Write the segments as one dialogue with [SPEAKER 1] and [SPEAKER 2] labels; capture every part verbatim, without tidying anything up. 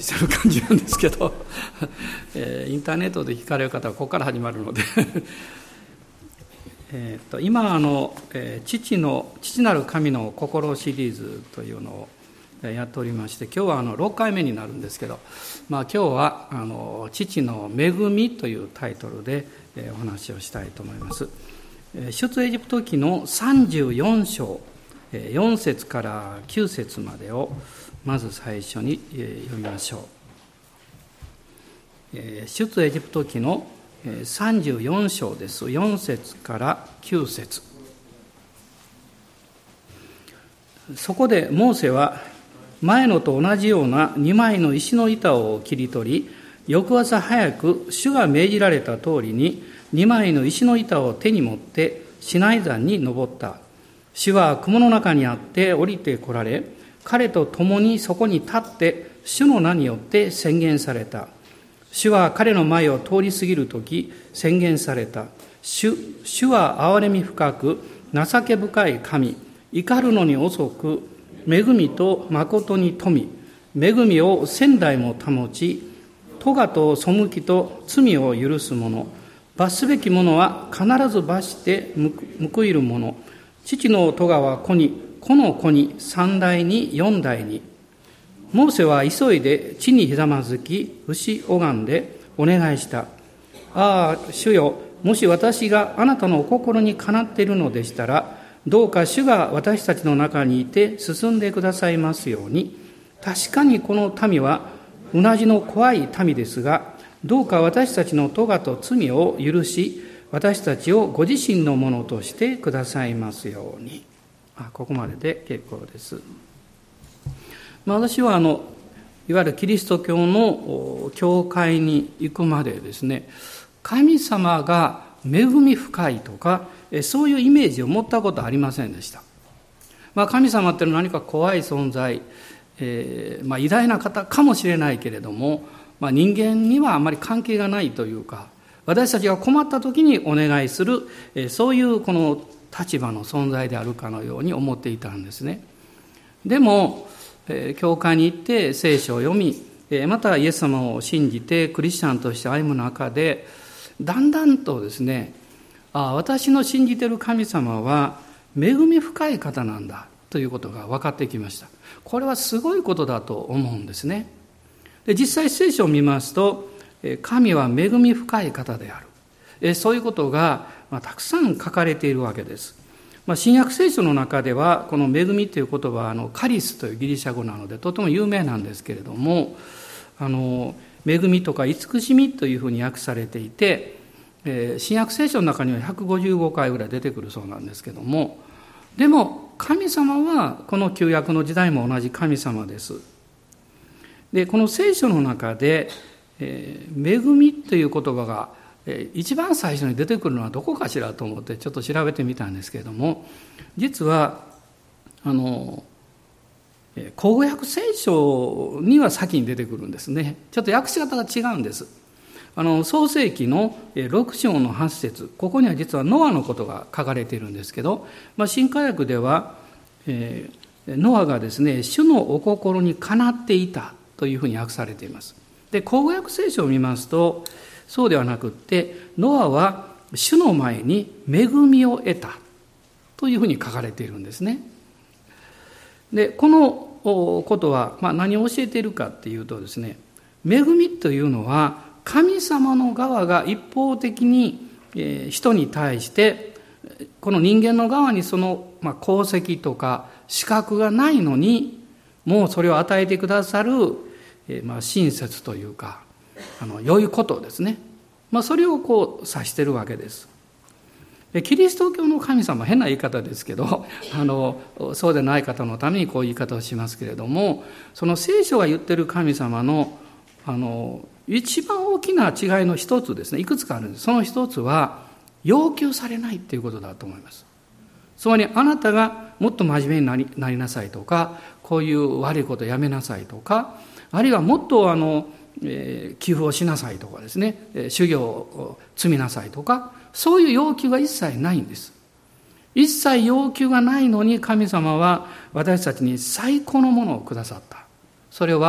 [SPEAKER 1] してる感じなんですけど、えー、インターネットで聞かれる方はここから始まるのでえと今あの、えー、父の父なる神の心シリーズというのをやっておりまして、今日はあのろっかいめになるんですけど、まあ、今日はあの父の恵みというタイトルで、えー、お話をしたいと思います。出エジプト記のさんじゅうよん章よん節からきゅう節までをまず最初に読みましょう。出エジプト記のさんじゅうよん章です。よん節からきゅう節。そこでモーセは前のと同じようなにまいの石の板を切り取り、翌朝早く主が命じられた通りににまいの石の板を手に持ってシナイ山に登った。主は雲の中にあって降りて来られ、彼と共にそこに立って主の名によって宣言された。主は彼の前を通り過ぎるとき宣言された。主、主は憐れみ深く情け深い神、怒るのに遅く、恵みと誠に富、恵みを千代も保ち、咎と背きと罪を許す者、罰すべき者は必ず罰して報いる者、父の咎は子に、子の子に、三代に四代に。モーセは急いで地にひざまずき、牛拝んでお願いした。ああ、主よ、もし私があなたのお心にかなっているのでしたら、どうか主が私たちの中にいて進んでくださいますように。確かにこの民はうなじの怖い民ですが、どうか私たちの咎と罪を許し、私たちをご自身のものとしてくださいますように。あ、ここまでで結構です。まあ、私はあのいわゆるキリスト教の教会に行くまでですね、神様が恵み深いとかそういうイメージを持ったことはありませんでした。まあ、神様っていうのは何か怖い存在、えーまあ、偉大な方かもしれないけれども、まあ、人間にはあまり関係がないというか、私たちが困った時にお願いする、そういうこの立場の存在であるかのように思っていたんですね。でも、教会に行って聖書を読み、またイエス様を信じてクリスチャンとして歩む中で、だんだんとですね、あ、私の信じている神様は恵み深い方なんだということが分かってきました。これはすごいことだと思うんですね。で、実際聖書を見ますと、神は恵み深い方である、そういうことがたくさん書かれているわけです。新約聖書の中ではこの恵みという言葉はあのカリスというギリシャ語なのでとても有名なんですけれども、あの恵みとか慈しみというふうに訳されていて、新約聖書の中にはひゃくごじゅうごかいぐらい出てくるそうなんですけども、でも神様はこの旧約の時代も同じ神様です。で、この聖書の中でえー、恵みという言葉が、えー、一番最初に出てくるのはどこかしらと思ってちょっと調べてみたんですけれども、実はあの、えー、口語訳聖書には先に出てくるんですね。ちょっと訳し方が違うんです。あの創世記のろく章のはち節、ここには実はノアのことが書かれているんですけど、まあ、新化訳では、えー、ノアがですね、主のお心にかなっていたというふうに訳されています。で、口語訳聖書を見ますと、そうではなくって、ノアは主の前に恵みを得たというふうに書かれているんですね。で、このことは、まあ、何を教えているかっていうとですね、恵みというのは神様の側が一方的に人に対して、この人間の側にその功績とか資格がないのに、もうそれを与えてくださるえー、まあ親切というか、あの良いことですね、まあ、それをこう指しているわけです。で、キリスト教の神様、変な言い方ですけど、あのそうでない方のためにこういう言い方をしますけれども、その聖書が言っている神様のあの一番大きな違いの一つですね、いくつかあるんです。その一つは要求されないということだと思います。つまり、あなたがもっと真面目になり、なりなさいとか、こういう悪いことやめなさいとか、あるいはもっとあの、えー、寄付をしなさいとかですね、えー、修行を積みなさいとか、そういう要求が一切ないんです。一切要求がないのに神様は私たちに最高のものをくださった。それは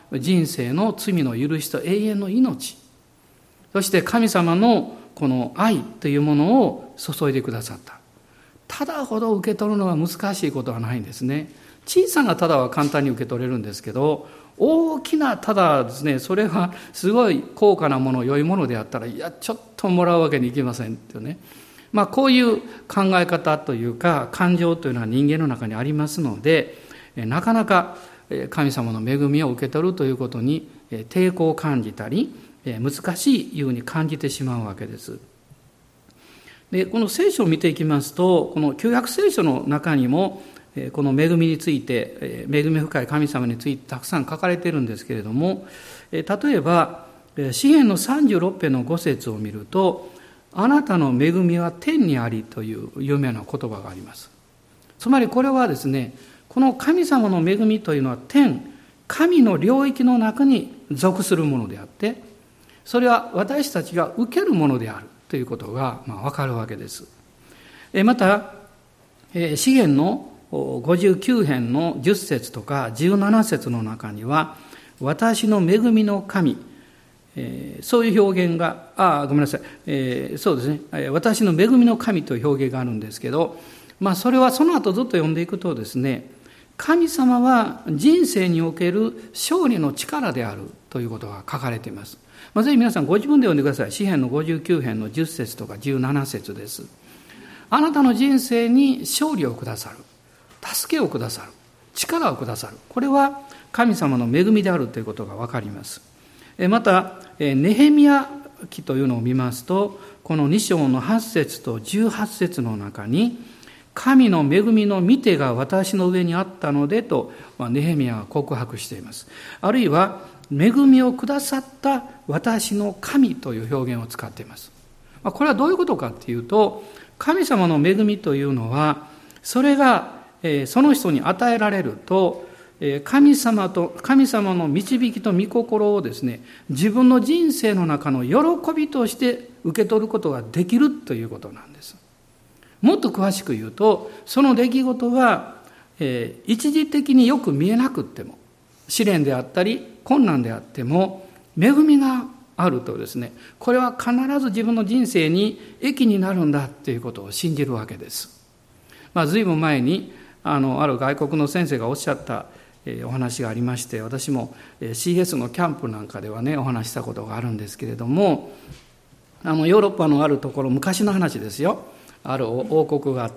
[SPEAKER 1] 人生の罪の許しと永遠の命、そして神様のこの愛というものを注いでくださった。ただほど受け取るのは難しいことはないんですね。小さなただは簡単に受け取れるんですけど、大きなただですね、それはすごい高価なもの、良いものであったら、いやちょっともらうわけにいきませんっていうね、まあこういう考え方というか感情というのは人間の中にありますので、なかなか神様の恵みを受け取るということに抵抗を感じたり、難しいように感じてしまうわけです。で、この聖書を見ていきますと、この旧約聖書の中にもこの恵みについて、恵み深い神様についてたくさん書かれているんですけれども、例えば詩編のさんじゅうろく編のご節を見ると、あなたの恵みは天にありという有名な言葉があります。つまりこれはですね、この神様の恵みというのは天、神の領域の中に属するものであって、それは私たちが受けるものであるということがまあ分かるわけです。また詩編のごじゅうきゅう編のじゅっ節とかじゅうなな節の中には、私の恵みの神、えー、そういう表現が、あ、ごめんなさい、えー、そうですね、私の恵みの神という表現があるんですけど、まあそれはその後ずっと読んでいくとですね、神様は人生における勝利の力であるということが書かれています。まあ、ぜひ皆さんご自分で読んでください。詩編のごじゅうきゅう編のじゅっ節とかじゅうなな節です。あなたの人生に勝利をくださる、助けをくださる、力をくださる、これは神様の恵みであるということが分かります。またネヘミヤ記というのを見ますと、このに章のはち節とじゅうはち節の中に、神の恵みの御手が私の上にあったのでとネヘミヤは告白しています。あるいは恵みをくださった私の神という表現を使っています。これはどういうことかというと、神様の恵みというのは、それがその人に与えられると、神様と神様の導きと御心をですね、自分の人生の中の喜びとして受け取ることができるということなんです。もっと詳しく言うと、その出来事が、えー、一時的によく見えなくっても、試練であったり困難であっても恵みがあるとですね、これは必ず自分の人生に益になるんだということを信じるわけです。まあ、随分前にあのある外国の先生がおっしゃったお話がありまして、私も シーエス のキャンプなんかではねお話したことがあるんですけれども、あのヨーロッパのあるところ、昔の話ですよ、ある王国があって、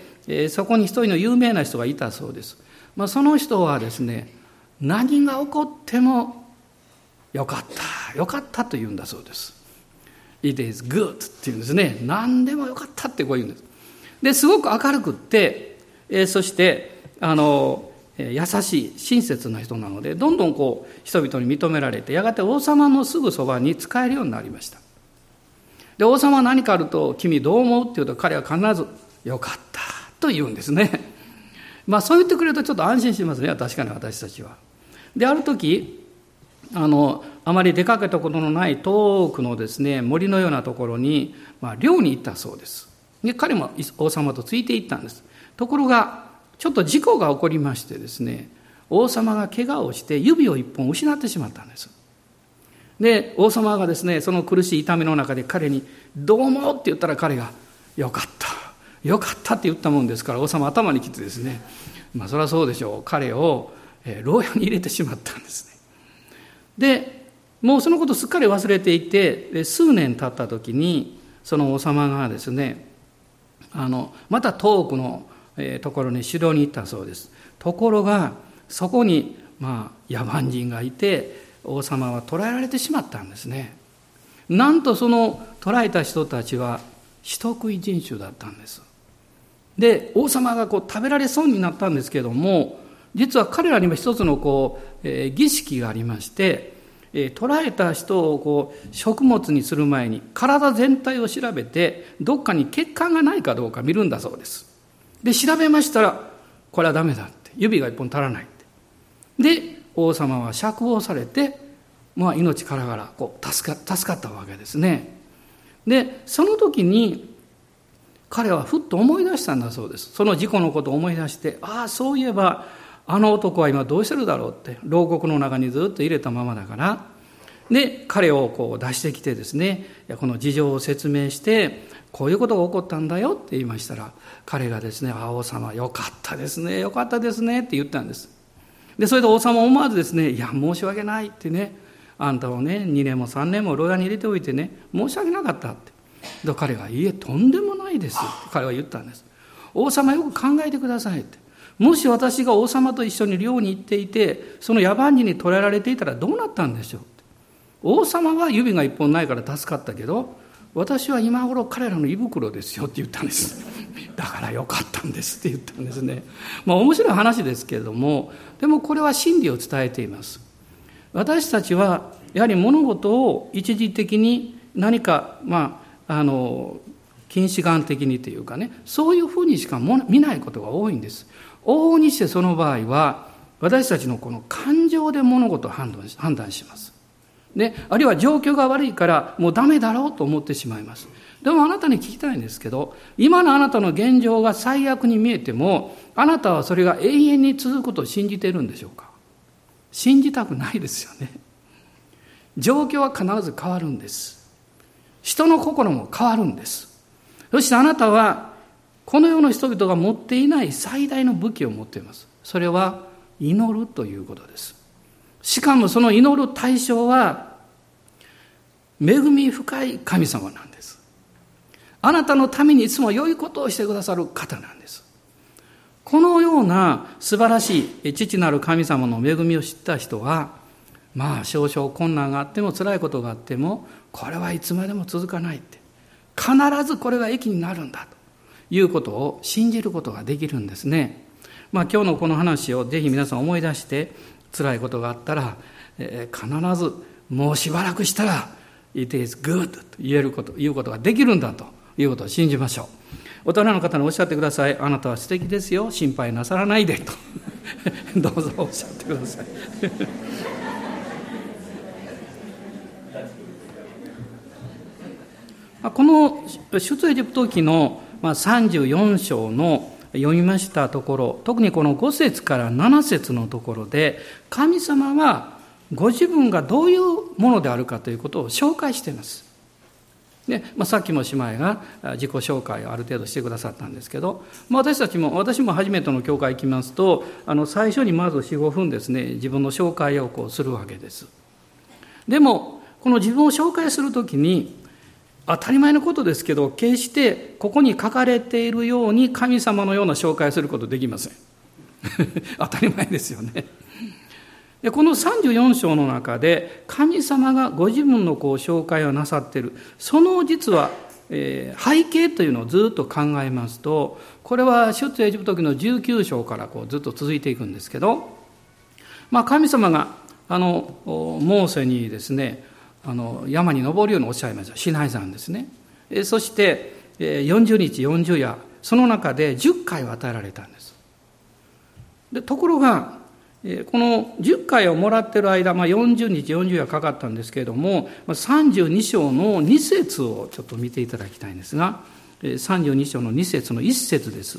[SPEAKER 1] そこに一人の有名な人がいたそうです。まあ、その人はですね、何が起こってもよかったよかったと言うんだそうです。 It is good って言うんですね。何でもよかったってこう言うんです。ですごく明るくって、えー、そしてあの優しい親切な人なので、どんどんこう人々に認められて、やがて王様のすぐそばに仕えるようになりました。で、王様は何かあると、君どう思うって言うと、彼は必ずよかったと言うんですね。まあそう言ってくれるとちょっと安心しますね。確かに私たちは。で、ある時あのあまり出かけたことのない遠くのですね、森のようなところに、まあ、漁に行ったそうです。で、彼も王様とついて行ったんです。ところがちょっと事故が起こりましてですね、王様が怪我をして指を一本失ってしまったんです。で、王様がですね、その苦しい痛みの中で彼にどう思うって言ったら、彼がよかったよかったって言ったもんですから、王様頭にきてですね、まあそりゃそうでしょう、彼を牢屋に入れてしまったんですね。で、もうそのことすっかり忘れていて、数年経った時にその王様がですね、あのまた遠くのところに城に行ったそうです。ところがそこにまあ野蛮人がいて、王様は捕らえられてしまったんですね。なんとその捕らえた人たちは人食い人種だったんです。で、王様がこう食べられそうになったんですけども、実は彼らにも一つのこう、えー、儀式がありまして、えー、捕らえた人をこう食物にする前に体全体を調べて、どっかに血管がないかどうか見るんだそうです。で、調べましたら、これはダメだって、指が一本足らないって。で、王様は釈放されて、まあ、命からがらこう助か、助かったわけですね。で、その時に彼はふっと思い出したんだそうです。その事故のことを思い出して、ああ、そういえばあの男は今どうしてるだろうって、牢獄の中にずっと入れたままだから。で、彼をこう出してきてですね、この事情を説明して、こういうことが起こったんだよって言いましたら、彼がですね、あ、王様よかったですね、よかったですねって言ったんです。で、それで王様思わずですね、いや、申し訳ないってね、あんたをね、にねんもさんねんも牢屋に入れておいてね、申し訳なかったって。で、彼が、いえ、とんでもないですって彼は言ったんです。王様よく考えてくださいって。もし私が王様と一緒に寮に行っていて、その野蛮人に捕らえられていたらどうなったんでしょう。王様は指が一本ないから助かったけど、私は今頃彼らの胃袋ですよって言ったんです。だからよかったんですって言ったんですね。まあ面白い話ですけれども、でもこれは真理を伝えています。私たちはやはり物事を一時的に何か、まあ、あの、近視眼的にというかね、そういうふうにしか見ないことが多いんです。往々にしてその場合は、私たちのこの感情で物事を判断し、判断します。ね、あるいは状況が悪いからもうダメだろうと思ってしまいます。でもあなたに聞きたいんですけど、今のあなたの現状が最悪に見えても、あなたはそれが永遠に続くことを信じているんでしょうか。信じたくないですよね。状況は必ず変わるんです。人の心も変わるんです。そしてあなたはこの世の人々が持っていない最大の武器を持っています。それは祈るということです。しかもその祈る対象は恵み深い神様なんです。あなたのためにいつも良いことをしてくださる方なんです。このような素晴らしい父なる神様の恵みを知った人は、まあ少々困難があっても辛いことがあっても、これはいつまでも続かないって、必ずこれが益になるんだということを信じることができるんですね。まあ今日のこの話をぜひ皆さん思い出して、辛いことがあったら、えー、必ずもうしばらくしたら It is good と言えること、言うことができるんだということを信じましょう。大人の方におっしゃってください。あなたは素敵ですよ、心配なさらないでとどうぞおっしゃってくださいこの出エジプト記のさんじゅうよん章の読みましたところ、特にこのご節からなな節のところで、神様はご自分がどういうものであるかということを紹介しています。で、まあ、さっきも姉妹が自己紹介をある程度してくださったんですけど、まあ、私たちも、私も初めての教会行きますと、あの最初にまずよん、ごふんですね、自分の紹介をこうするわけです。でも、この自分を紹介するときに、当たり前のことですけど、決してここに書かれているように神様のような紹介をすることできません当たり前ですよね。でこのさんじゅうよん章の中で神様がご自分のこう紹介をなさっている、その実は、えー、背景というのをずっと考えますと、これは出エジプト記のじゅうきゅう章からこうずっと続いていくんですけど、まあ、神様があのモーセにですね、あの山に登るようにおっしゃいました。シナイ山ですね。えそしてよんじゅうにちよんじゅう夜、その中でじゅっかいを与えられたんです。でところがこのじゅっかいをもらっている間、まあ、よんじゅうにちよんじゅう夜かかったんですけれども、さんじゅうに章のに節をちょっと見ていただきたいんですが、さんじゅうに章のに節のいち節です。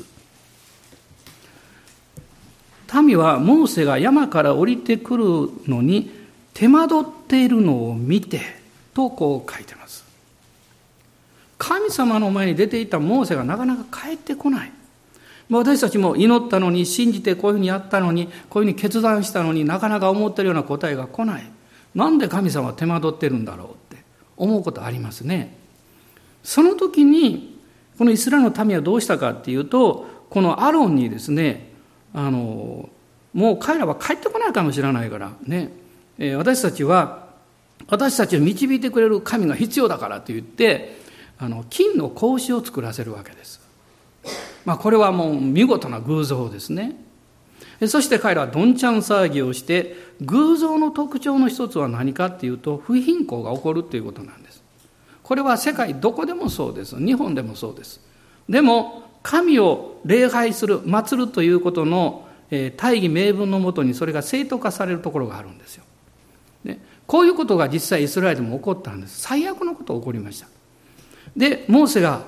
[SPEAKER 1] 民はモーセが山から降りてくるのに手間取っているのを見てとこう書いてます。神様の前に出ていたモーセがなかなか帰ってこない。私たちも祈ったのに、信じてこういうふうにやったのに、こういうふうに決断したのになかなか思っているような答えが来ない。なんで神様は手間取ってるんだろうって思うことありますね。その時にこのイスラエルの民はどうしたかっていうと、このアロンにですね、あのもう彼らは帰ってこないかもしれないからね、私たちは私たちを導いてくれる神が必要だからと言って、あの金の格子を作らせるわけです。まあ、これはもう見事な偶像ですね。そして彼らはどんちゃん騒ぎをして、偶像の特徴の一つは何かっていうと、不貧困が起こるということなんです。これは世界どこでもそうです。日本でもそうです。でも神を礼拝する、祀るということの大義名分のもとにそれが正当化されるところがあるんですよ。ね、こういうことが実際イスラエルでも起こったんです。最悪のことが起こりました。で、モーセが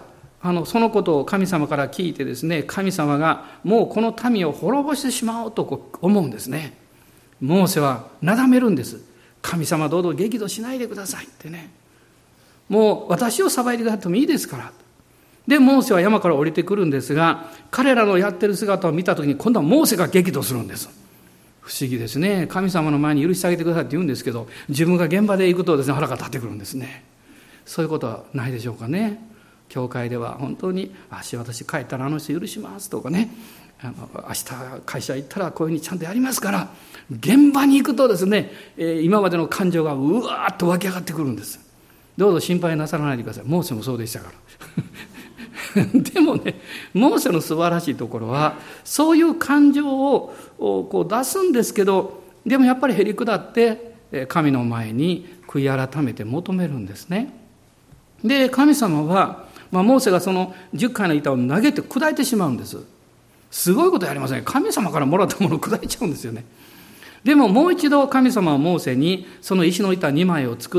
[SPEAKER 1] あのそのことを神様から聞いてですね、神様がもうこの民を滅ぼしてしまおうとこう思うんですね。モーセはなだめるんです。神様どうぞ激怒しないでくださいってね。もう私を裁いてくださってもいいですから。でモーセは山から降りてくるんですが、彼らのやってる姿を見たときに今度はモーセが激怒するんです。不思議ですね。神様の前に許してあげてくださいって言うんですけど、自分が現場で行くとですね、腹が立ってくるんですね。そういうことはないでしょうかね。教会では本当に明日私帰ったらあの人許しますとかね、あの明日会社行ったらこういうふうにちゃんとやりますから、現場に行くとですね、えー、今までの感情がうわーっと湧き上がってくるんです。どうぞ心配なさらないでください。モーセもそうでしたからでもね、モーセの素晴らしいところはそういう感情をこう出すんですけど、でもやっぱりへり下って神の前に悔い改めて求めるんですね。で神様は、まあ、モーセがそのじゅっかいの板を投げて砕いてしまうんです。すごいことやりません。神様からもらったものを砕いちゃうんですよね。でももう一度神様はモーセにその石の板にまいを作って、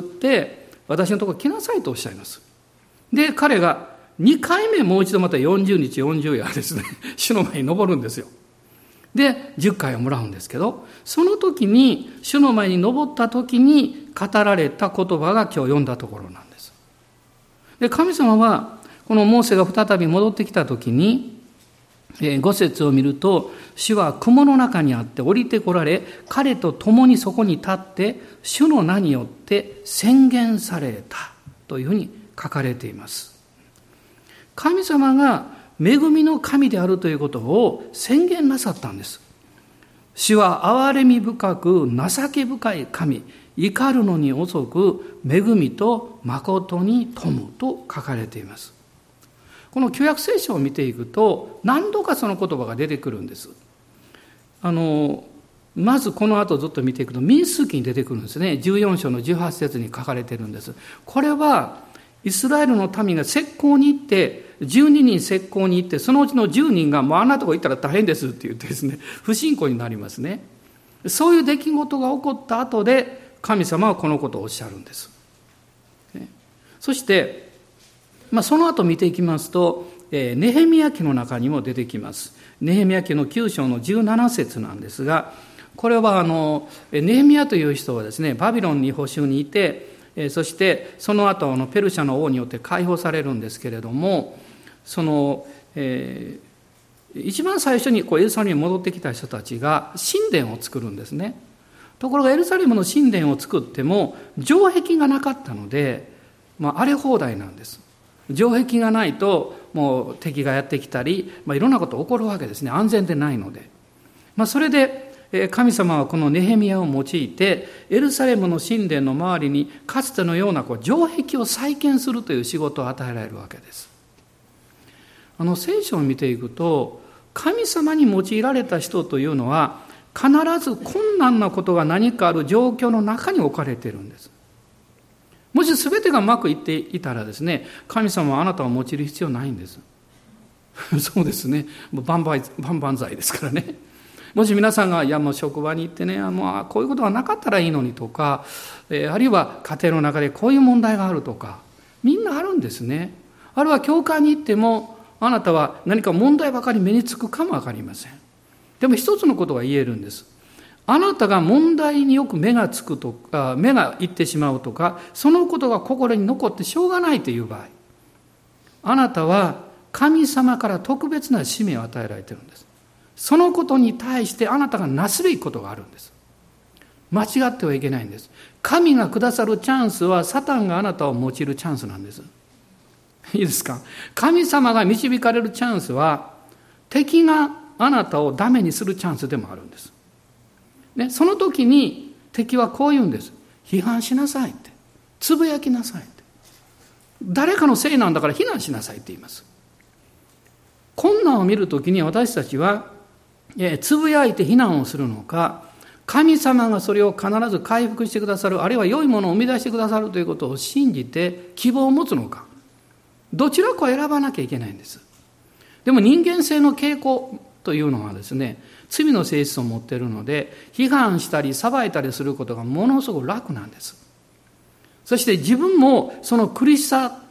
[SPEAKER 1] 私のところ来なさいとおっしゃいます。で彼がにかいめもう一度またよんじゅうにちよんじゅう夜ですね、主の前に登るんですよ。でじゅっかいをもらうんですけど、その時に主の前に登った時に語られた言葉が今日読んだところなんです。で神様はこのモーセが再び戻ってきた時にご節を見ると、主は雲の中にあって降りてこられ、彼と共にそこに立って主の名によって宣言されたというふうに書かれています。神様が恵みの神であるということを宣言なさったんです。主は憐れみ深く情け深い神、怒るのに遅く恵みと誠に富むと書かれています。この旧約聖書を見ていくと何度かその言葉が出てくるんです。あのまずこの後ずっと見ていくと民数記に出てくるんですね。じゅうよん章のじゅうはち節に書かれているんです。これはイスラエルの民が石膏に行ってじゅうににん石膏に行って、そのうちのじゅうにんがもうあんなとこ行ったら大変ですって言ってですね、不信仰になりますね。そういう出来事が起こった後で神様はこのことをおっしゃるんです。そして、まあ、その後見ていきますと、ネヘミヤ記の中にも出てきます。ネヘミヤ記のきゅう章のじゅうなな節なんですが、これはあのネヘミヤという人はですね、バビロンに捕囚にいて、そしてその後のペルシャの王によって解放されるんですけれども、その、えー、一番最初にこうエルサレムに戻ってきた人たちが神殿を作るんですね。ところがエルサレムの神殿を作っても城壁がなかったので、まあ、荒れ放題なんです。城壁がないともう敵がやってきたり、まあ、いろんなこと起こるわけですね。安全でないので、まあ、それで神様はこのネヘミヤを用いてエルサレムの神殿の周りにかつてのようなこう城壁を再建するという仕事を与えられるわけです。あの聖書を見ていくと、神様に用いられた人というのは必ず困難なことが何かある状況の中に置かれているんです。もし全てがうまくいっていたらですね、神様はあなたを用いる必要ないんですそうですね、万々万々歳ですからね。もし皆さんがいやもう職場に行ってね、もうこういうことがなかったらいいのにとか、えー、あるいは家庭の中でこういう問題があるとか、みんなあるんですね。あるいは教会に行ってもあなたは何か問題ばかり目につくかもわかりません。でも一つのことが言えるんです。あなたが問題によく目がつくとか、目がいってしまうとか、そのことが心に残ってしょうがないという場合、あなたは神様から特別な使命を与えられているんです。そのことに対してあなたがなすべきことがあるんです。間違ってはいけないんです。神がくださるチャンスはサタンがあなたを用いるチャンスなんです。いいですか？神様が導かれるチャンスは敵があなたをダメにするチャンスでもあるんです、ね、その時に敵はこう言うんです。批判しなさいって、つぶやきなさいって、誰かのせいなんだから非難しなさいって言います。困難を見るときに私たちはつぶやいて非難をするのか、神様がそれを必ず回復してくださる、あるいは良いものを生み出してくださるということを信じて希望を持つのか、どちらかを選ばなきゃいけないんです。でも人間性の傾向というのはですね、罪の性質を持っているので、批判したり裁いたりすることがものすごく楽なんです。そして自分もその苦しさ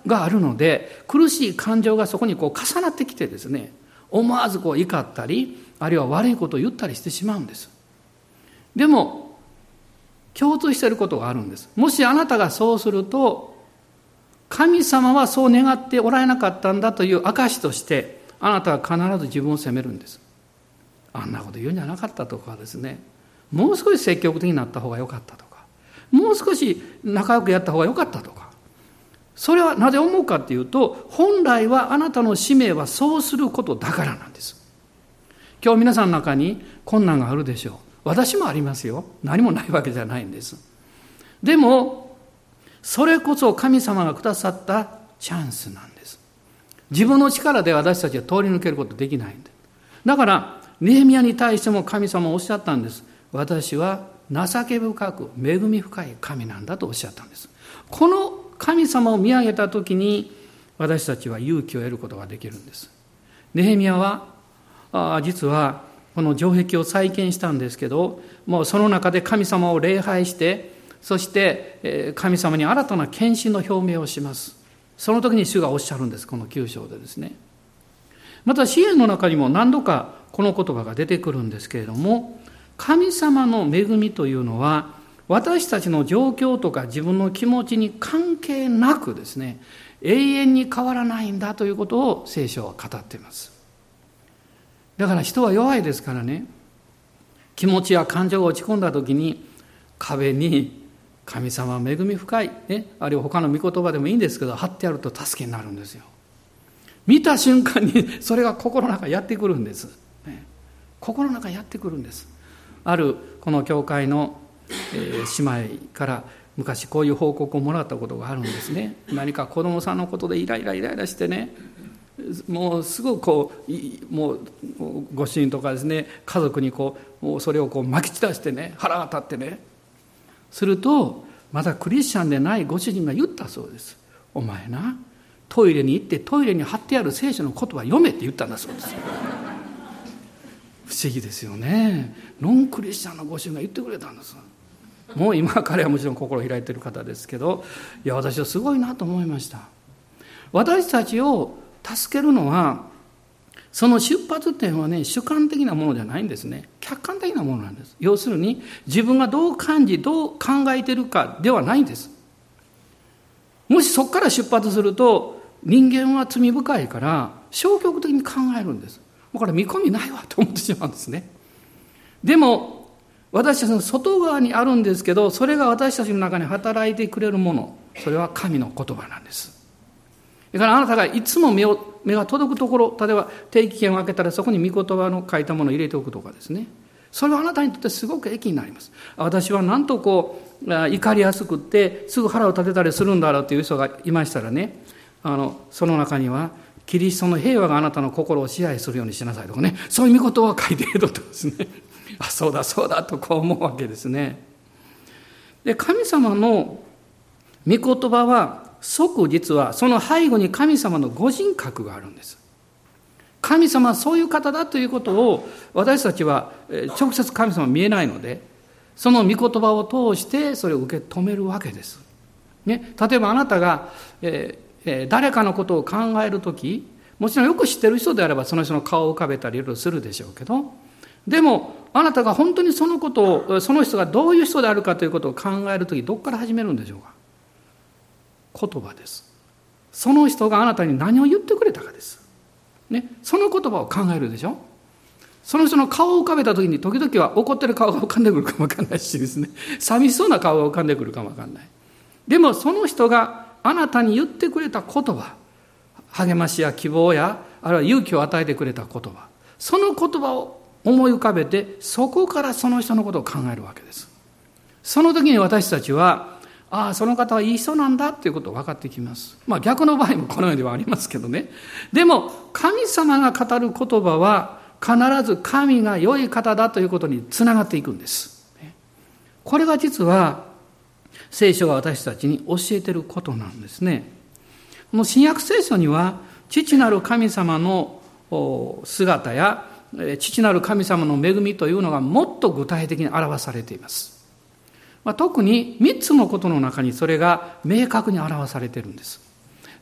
[SPEAKER 1] があるので、苦しい感情がそこにこう重なってきてですね、思わずこう怒ったり、あるいは悪いことを言ったりしてしまうんです。でも共通していることがあるんです。もしあなたがそうすると、神様はそう願っておられなかったんだという証として、あなたは必ず自分を責めるんです。あんなこと言うんじゃなかったとかですね、もう少し積極的になった方が良かったとか、もう少し仲良くやった方が良かったとか。それはなぜ思うかっていうと、本来はあなたの使命はそうすることだからなんです。今日皆さんの中に困難があるでしょう。私もありますよ。何もないわけじゃないんです。でもそれこそ神様がくださったチャンスなんです。自分の力で私たちは通り抜けることできないんで。だからネヘミヤに対しても神様はおっしゃったんです。私は情け深く恵み深い神なんだとおっしゃったんです。この神様を見上げたときに、私たちは勇気を得ることができるんです。ネヘミヤはあ実はこの城壁を再建したんですけど、もうその中で神様を礼拝して、そして神様に新たな献身の表明をします。その時に主がおっしゃるんです。このきゅう章でですね。また詩篇の中にも何度かこの言葉が出てくるんですけれども、神様の恵みというのは私たちの状況とか自分の気持ちに関係なくですね、永遠に変わらないんだということを聖書は語っています。だから人は弱いですからね、気持ちや感情が落ち込んだ時に壁に神様は恵み深い、ね、あるいは他の御言葉でもいいんですけど貼ってあると助けになるんですよ。見た瞬間にそれが心の中にやってくるんです、ね、心の中にやってくるんです。あるこの教会のえー、姉妹から昔こういう報告をもらったことがあるんですね。何か子供さんのことでイライライライラしてね、もうすごくこうもうご主人とかですね、家族にこうもうそれをこう撒き散らしてね、腹が立ってね、するとまだクリスチャンでないご主人が言ったそうです。お前な、トイレに行ってトイレに貼ってある聖書の言葉読めって言ったんだそうです。不思議ですよね。ノンクリスチャンのご主人が言ってくれたんです。もう今彼はもちろん心を開いている方ですけど、いや私はすごいなと思いました。私たちを助けるのは、その出発点はね、主観的なものじゃないんですね。客観的なものなんです。要するに自分がどう感じどう考えているかではないんです。もしそこから出発すると、人間は罪深いから消極的に考えるんです。だから見込みないわと思ってしまうんですね。でも私たちの外側にあるんですけど、それが私たちの中に働いてくれるもの、それは神の言葉なんです。だからあなたがいつも目を目が届くところ、例えば定期券を開けたらそこに御言葉の書いたものを入れておくとかですね、それはあなたにとってすごく益になります。私はなんとこう怒りやすくってすぐ腹を立てたりするんだろうという人がいましたらね、あのその中にはキリストの平和があなたの心を支配するようにしなさいとかね、そういう御言葉を書いているとですね、あ、そうだそうだとこう思うわけですね。で、神様の御言葉は即実はその背後に神様のご人格があるんです。神様はそういう方だということを私たちは直接神様見えないので、その御言葉を通してそれを受け止めるわけです、ね、例えばあなたが、えー、誰かのことを考えるとき、もちろんよく知ってる人であればその人の顔を浮かべたりいろいろするでしょうけど、でもあなたが本当にそのことを、その人がどういう人であるかということを考えるとき、どこから始めるんでしょうか。言葉です。その人があなたに何を言ってくれたかです、ね、その言葉を考えるでしょ。その人の顔を浮かべたときに時々は怒ってる顔が浮かんでくるかもわかんないしですね、寂しそうな顔が浮かんでくるかもわかんない。でもその人があなたに言ってくれた言葉、励ましや希望やあるいは勇気を与えてくれた言葉、その言葉を思い浮かべて、そこからその人のことを考えるわけです。その時に私たちは、ああその方はいい人なんだということが分かってきます。まあ逆の場合もこのようではありますけどね。でも神様が語る言葉は必ず神が良い方だということにつながっていくんです。これが実は聖書が私たちに教えていることなんですね。この新約聖書には父なる神様の姿や父なる神様の恵みというのがもっと具体的に表されています。まあ、特にみっつのことの中にそれが明確に表されているんです。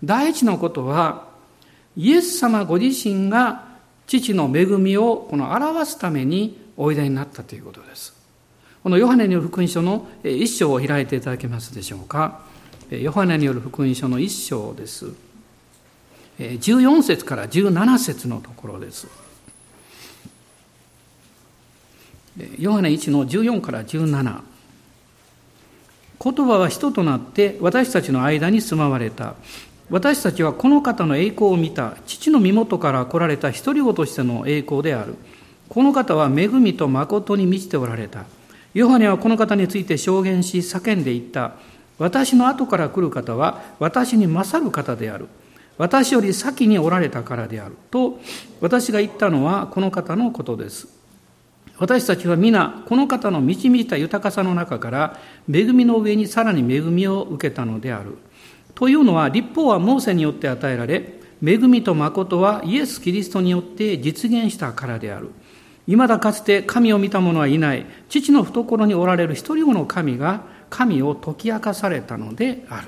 [SPEAKER 1] 第一のことは、イエス様ご自身が父の恵みをこの表すためにおいでになったということです。このヨハネによる福音書の一章を開いていただけますでしょうか。ヨハネによる福音書の一章です。じゅうよん節からじゅうなな節のところです。ヨハネいちのじゅうよんからじゅうなな。言葉は人となって私たちの間に住まわれた。私たちはこの方の栄光を見た。父の身元から来られた一人子としての栄光である。この方は恵みと誠に満ちておられた。ヨハネはこの方について証言し叫んでいった。私の後から来る方は私に勝る方である。私より先におられたからである。と私が言ったのはこの方のことです。私たちは皆この方の満ち満ちた豊かさの中から恵みの上にさらに恵みを受けたのである。というのは律法はモーセによって与えられ、恵みと誠はイエス・キリストによって実現したからである。未だかつて神を見た者はいない。父の懐におられる一人子の神が神を解き明かされたのである。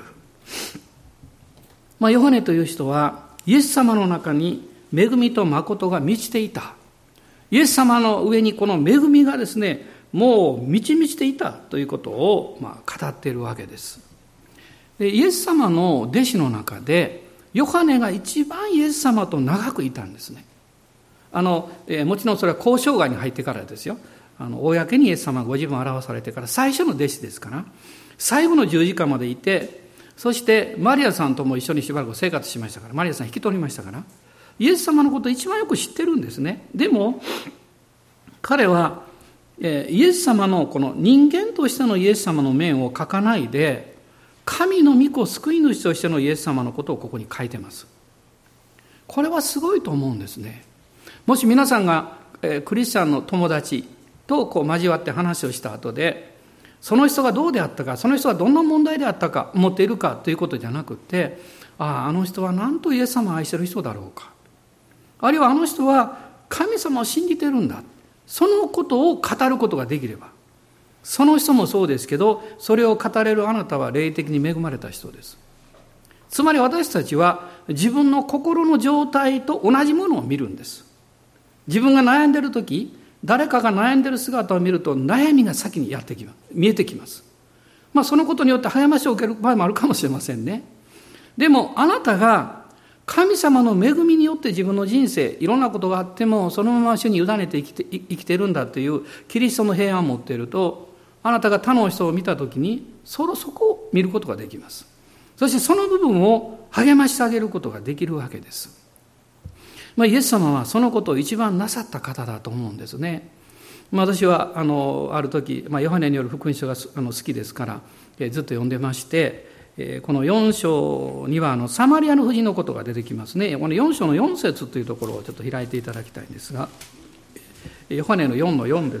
[SPEAKER 1] まあ、ヨハネという人はイエス様の中に恵みと誠が満ちていた。イエス様の上にこの恵みがですね、もう満ち満ちていたということをまあ語っているわけです。で、イエス様の弟子の中でヨハネが一番イエス様と長くいたんですね。あの、えー、もちろんそれは交渉外に入ってからですよ。あの公にイエス様がご自分を表されてから最初の弟子ですから、最後の十字架までいて、そしてマリアさんとも一緒にしばらく生活しましたから、マリアさん引き取りましたから、イエス様のことを一番よく知ってるんですね。でも彼は、えー、イエス様のこの人間としてのイエス様の面を書かないで、神の御子救い主としてのイエス様のことをここに書いてます。これはすごいと思うんですね。もし皆さんが、えー、クリスチャンの友達とこう交わって話をした後で、その人がどうであったか、その人がどんな問題であったか思っているかということじゃなくて、ああ、あの人はなんとイエス様を愛している人だろうか、あるいはあの人は神様を信じているんだ、そのことを語ることができれば、その人もそうですけど、それを語れるあなたは霊的に恵まれた人です。つまり私たちは自分の心の状態と同じものを見るんです。自分が悩んでいるとき、誰かが悩んでいる姿を見ると悩みが先にやってきます。見えてきます。まあそのことによって励ましを受ける場合もあるかもしれませんね。でもあなたが神様の恵みによって自分の人生、いろんなことがあってもそのまま主に委ねて生きて、生きてるんだというキリストの平安を持っていると、あなたが他の人を見たときにそのそこを見ることができます。そしてその部分を励ましてあげることができるわけです。まあ、イエス様はそのことを一番なさった方だと思うんですね。まあ、私はあのある時、まあ、ヨハネによる福音書があの好きですから、えー、ずっと読んでまして、えー、このよん章にはあのサマリアの婦人のことが出てきますね。このよん章のよん節というところをちょっと開いていただきたいんですが、ヨハネのよんのよんです。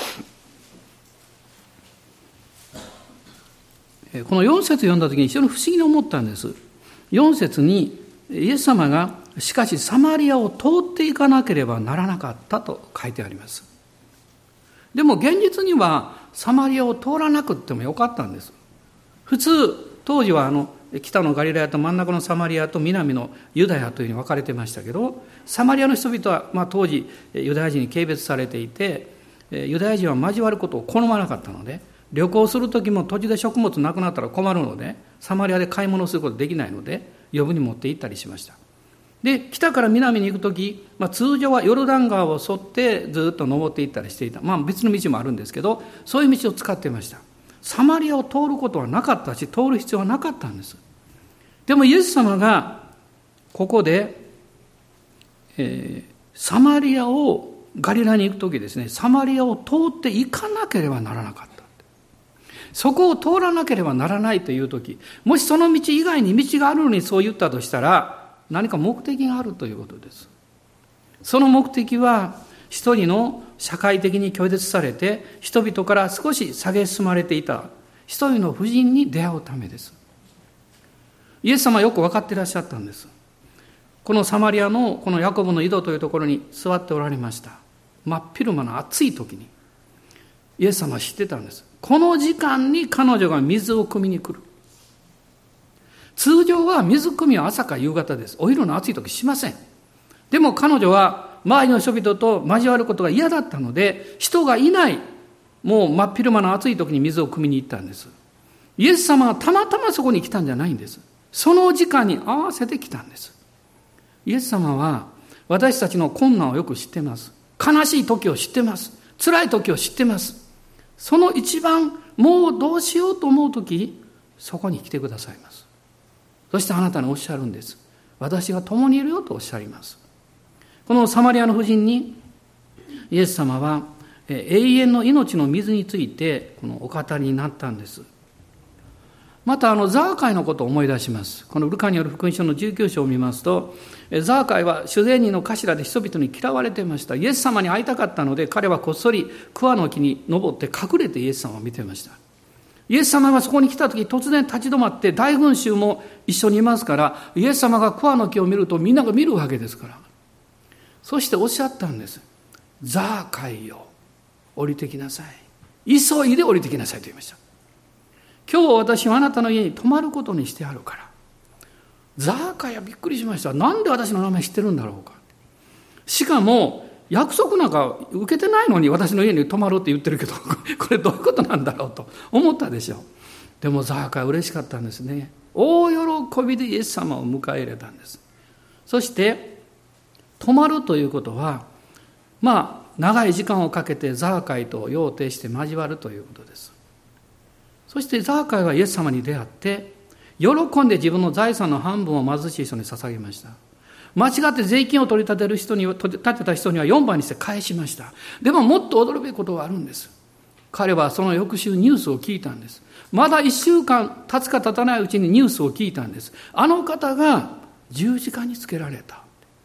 [SPEAKER 1] このよん節読んだ時に非常に不思議に思ったんです。よん節にイエス様がしかしサマリアを通っていかなければならなかったと書いてあります。でも現実にはサマリアを通らなくてもよかったんです。普通当時はあの北のガリラヤと真ん中のサマリアと南のユダヤというふうに分かれてましたけど、サマリアの人々は、まあ、当時ユダヤ人に軽蔑されていて、ユダヤ人は交わることを好まなかったので、旅行する時も途中で食物なくなったら困るので、サマリアで買い物することできないので余分に持って行ったりしました。で、北から南に行くとき、まあ、通常はヨルダン川を沿ってずっと登っていったりしていた。まあ別の道もあるんですけど、そういう道を使っていました。サマリアを通ることはなかったし、通る必要はなかったんです。でもイエス様がここで、えー、サマリアをガリラに行くときですね、サマリアを通って行かなければならなかった。そこを通らなければならないというとき、もしその道以外に道があるのにそう言ったとしたら、何か目的があるということです。その目的は一人の社会的に拒絶されて人々から少し蔑まれていた一人の婦人に出会うためです。イエス様はよく分かっていらっしゃったんです。このサマリアのこのヤコブの井戸というところに座っておられました。真っ昼間の暑い時にイエス様は知ってたんです。この時間に彼女が水を汲みに来る。 通常は水汲みは朝か夕方です。お昼の暑い時しません。でも彼女は周りの人々と交わることが嫌だったので、人がいない、もう真っ昼間の暑い時に水を汲みに行ったんです。イエス様はたまたまそこに来たんじゃないんです。その時間に合わせて来たんです。イエス様は私たちの困難をよく知ってます。悲しい時を知ってます。辛い時を知ってます。その一番もうどうしようと思う時、そこに来てくださいます。そしてあなたにおっしゃるんです。私が共にいるよとおっしゃいます。このサマリアの婦人にイエス様は永遠の命の水についてこのお語りになったんです。またあのザーカイのことを思い出します。このルカによる福音書のじゅうきゅう章を見ますと、ザーカイは主税人の頭で人々に嫌われていました。イエス様に会いたかったので彼はこっそり桑の木に登って隠れてイエス様を見ていました。イエス様がそこに来た時、突然立ち止まって大群衆も一緒にいますから、イエス様が桑の木を見るとみんなが見るわけですから。そしておっしゃったんです。ザーカイよ、降りてきなさい。急いで降りてきなさいと言いました。今日私はあなたの家に泊まることにしてあるから。ザーカイはびっくりしました。なんで私の名前知ってるんだろうか。しかも約束なんか受けてないのに私の家に泊まるって言ってるけど、これどういうことなんだろうと思ったでしょう。でもザーカイは嬉しかったんですね。大喜びでイエス様を迎え入れたんです。そして泊まるということは、まあ長い時間をかけてザーカイと要定して交わるということです。そしてザーカイはイエス様に出会って喜んで自分の財産の半分を貧しい人に捧げました。間違って税金を取り立てる人に立てた人にはよんばいにして返しました。でももっと驚くべきことがあるんです。彼はその翌週ニュースを聞いたんです。まだいっしゅうかん経つか経たないうちにニュースを聞いたんです。あの方が十字架につけられた。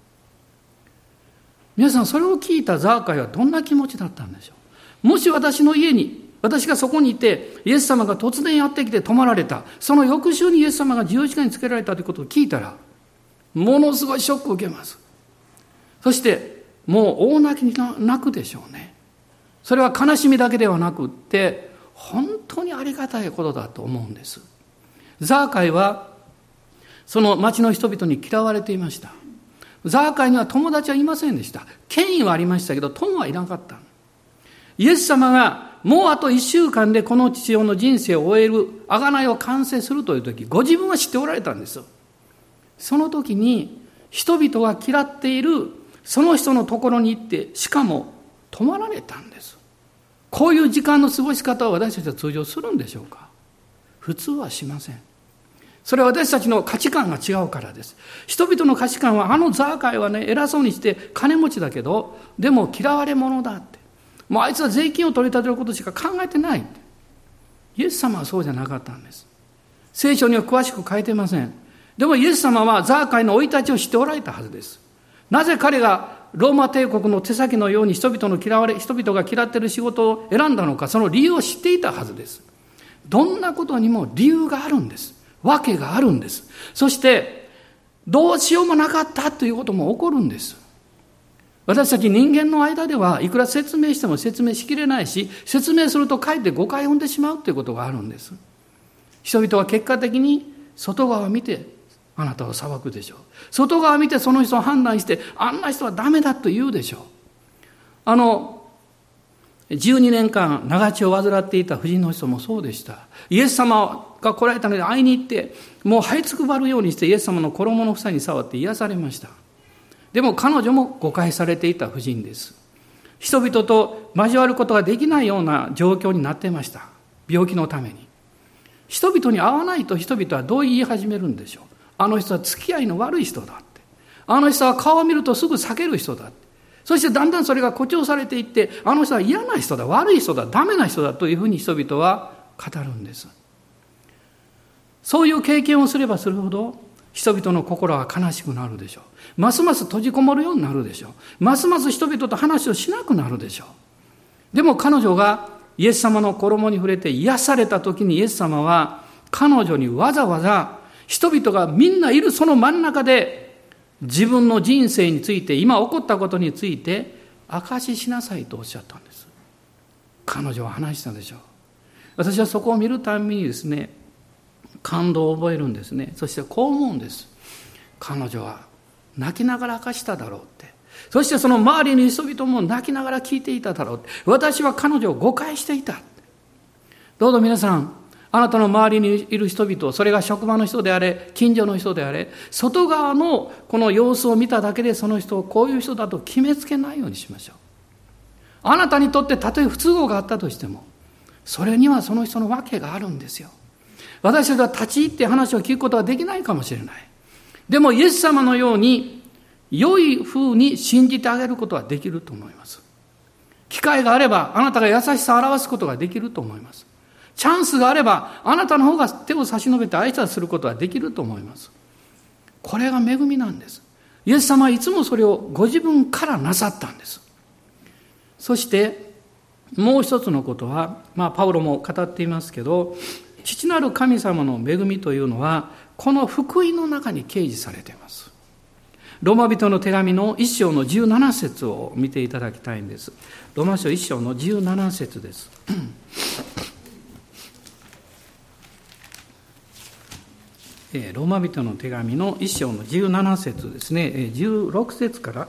[SPEAKER 1] 皆さん、それを聞いたザーカイはどんな気持ちだったんでしょう。もし私の家に、私がそこにいてイエス様が突然やってきて泊まられた、その翌週にイエス様が十字架につけられたということを聞いたら、ものすごいショックを受けます。そしてもう大泣きに泣くでしょうね。それは悲しみだけではなくって本当にありがたいことだと思うんです。ザーカイはその町の人々に嫌われていました。ザーカイには友達はいませんでした。権威はありましたけど友はいなかった。イエス様がもうあと一週間でこの地上の人生を終える、贖いを完成するという時、ご自分は知っておられたんです。その時に人々が嫌っているその人のところに行って、しかも泊まられたんです。こういう時間の過ごし方を私たちは通常するんでしょうか。普通はしません。それは私たちの価値観が違うからです。人々の価値観は、あのザーカイはね、偉そうにして金持ちだけど、でも嫌われ者だって。もうあいつは税金を取り立てることしか考えてないって。イエス様はそうじゃなかったんです。聖書には詳しく書いてません。でもイエス様はザーカイの生い立ちを知っておられたはずです。なぜ彼がローマ帝国の手先のように人々の嫌われ、人々が嫌っている仕事を選んだのか、その理由を知っていたはずです。どんなことにも理由があるんです。わけがあるんです。そしてどうしようもなかったということも起こるんです。私たち人間の間ではいくら説明しても説明しきれないし、説明するとかえって誤解を生んでしまうということがあるんです。人々は結果的に外側を見てあなたを裁くでしょう。外側を見てその人を判断して、あんな人はダメだと言うでしょう。あのじゅうにねんかん長血を患っていた婦人の人もそうでした。イエス様が来られたので会いに行って、もう這いつくばるようにしてイエス様の衣の房に触って癒されました。でも彼女も誤解されていた婦人です。人々と交わることができないような状況になっていました。病気のために。人々に会わないと人々はどう言い始めるんでしょう。あの人は付き合いの悪い人だって。あの人は顔を見るとすぐ避ける人だって。そしてだんだんそれが誇張されていって、あの人は嫌な人だ、悪い人だ、ダメな人だというふうに人々は語るんです。そういう経験をすればするほど人々の心は悲しくなるでしょう。ますます閉じこもるようになるでしょう。ますます人々と話をしなくなるでしょう。でも彼女がイエス様の衣に触れて癒された時に、イエス様は彼女にわざわざ人々がみんないるその真ん中で自分の人生について、今起こったことについて証ししなさいとおっしゃったんです。彼女は話したでしょう。私はそこを見るたびにですね、 感動を覚えるんですね。そしてこう思うんです。彼女は泣きながら明かしただろうって。そしてその周りの人々も泣きながら聞いていただろうって。私は彼女を誤解していた。どうぞ皆さん、あなたの周りにいる人々、それが職場の人であれ、近所の人であれ、外側のこの様子を見ただけでその人をこういう人だと決めつけないようにしましょう。あなたにとってたとえ不都合があったとしても、それにはその人の訳があるんですよ。私たちは立ち入って話を聞くことはできないかもしれない。でもイエス様のように良い風に信じてあげることはできると思います。機会があればあなたが優しさを表すことができると思います。チャンスがあればあなたの方が手を差し伸べて挨拶することはできると思います。これが恵みなんです。イエス様はいつもそれをご自分からなさったんです。そしてもう一つのことは、まあパウロも語っていますけど、父なる神様の恵みというのはこの福音の中に掲示されています。ローマ人の手紙の一章のじゅうなな節を見ていただきたいんです。ローマ書一章のじゅうなな節です。ローマ人の手紙の一章のじゅうなな節ですね。じゅうろく節から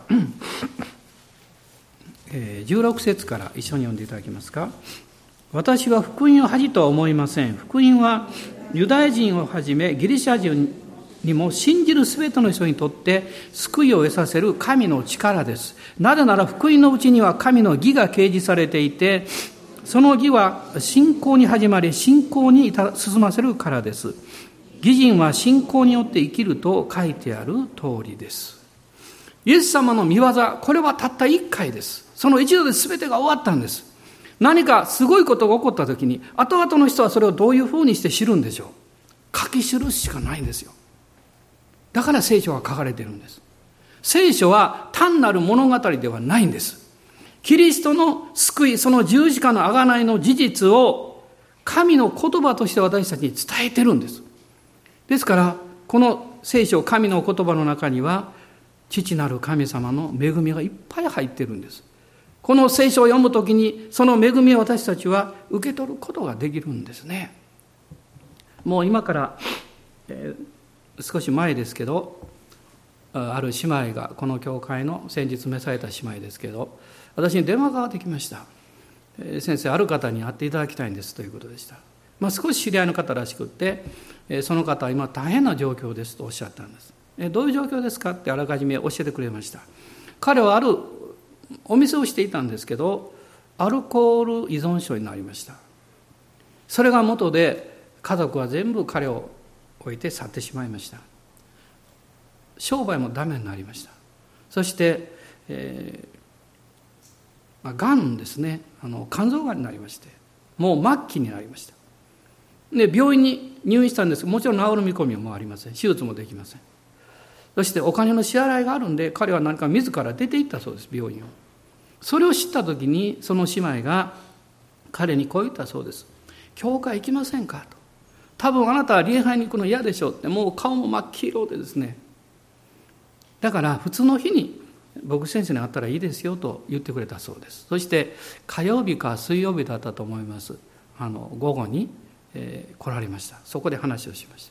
[SPEAKER 1] じゅうろく節から一緒に読んでいただけますか。私は福音を恥とは思いません。福音はユダヤ人をはじめギリシャ人にも信じるすべての人にとって救いを得させる神の力です。なぜなら福音のうちには神の義が掲示されていて、その義は信仰に始まり信仰に進ませるからです。義人は信仰によって生きると書いてある通りです。イエス様の御業、これはたった一回です。その一度で全てが終わったんです。何かすごいことが起こったときに、後々の人はそれをどういうふうにして知るんでしょう。書き記すしかないんですよ。だから聖書が書かれているんです。聖書は単なる物語ではないんです。キリストの救い、その十字架の贖いの事実を神の言葉として私たちに伝えてるんです。ですから、この聖書、神の言葉の中には、父なる神様の恵みがいっぱい入っているんです。この聖書を読むときに、その恵みを私たちは受け取ることができるんですね。もう今から、えー、少し前ですけど、ある姉妹が、この教会の先日召された姉妹ですけど、私に電話がかかってきました。えー、先生、ある方に会っていただきたいんですということでした。まあ、少し知り合いの方らしくって、えー、その方は今大変な状況ですとおっしゃったんです。えー、どういう状況ですかってあらかじめ教えてくれました。彼はあるお店をしていたんですけど、アルコール依存症になりました。それが元で家族は全部彼を置いて去ってしまいました。商売もダメになりました。そして、えーまあ、がんですね、あの肝臓がんになりまして、もう末期になりました。で病院に入院したんですが、もちろん治る見込みもありません。手術もできません。そしてお金の支払いがあるんで、彼は何か自ら出て行ったそうです、病院を。それを知ったときに、その姉妹が彼にこう言ったそうです。教会行きませんかと。多分あなたは礼拝に行くの嫌でしょうって、もう顔も真っ黄色でですね。だから普通の日に僕先生に会ったらいいですよと言ってくれたそうです。そして火曜日か水曜日だったと思います。あの午後に、えー、来られました。そこで話をしました。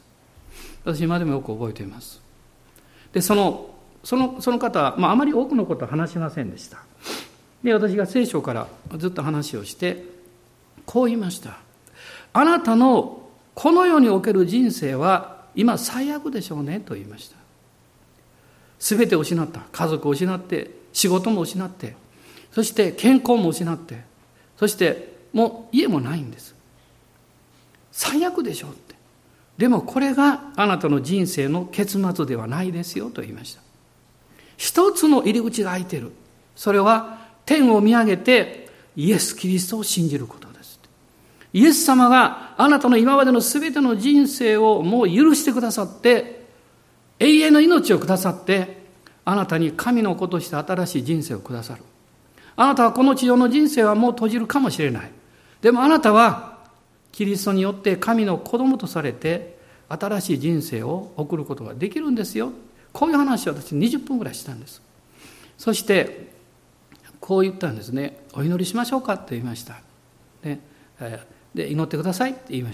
[SPEAKER 1] 私今でもよく覚えています。でそのそのその方は、まあ、あまり多くのことは話しませんでした。で私が聖書からずっと話をしてこう言いました。あなたのこの世における人生は今最悪でしょうねと言いました。すべてを失った。家族を失って、仕事も失って、そして健康も失って、そしてもう家もないんです。最悪でしょうって。でもこれがあなたの人生の結末ではないですよと言いました。一つの入り口が開いている。それは天を見上げてイエス・キリストを信じることです。イエス様があなたの今までのすべての人生をもう許してくださって、永遠の命をくださって、あなたに神の子として新しい人生をくださる。あなたはこの地上の人生はもう閉じるかもしれない。でもあなたはキリストによって神の子供とされて新しい人生を送ることができるんですよ。こういう話を私にじゅっぷんぐらいしたんです。そしてこう言ったんですね。お祈りしましょうかって言いました。で、で祈ってくださいって言いました。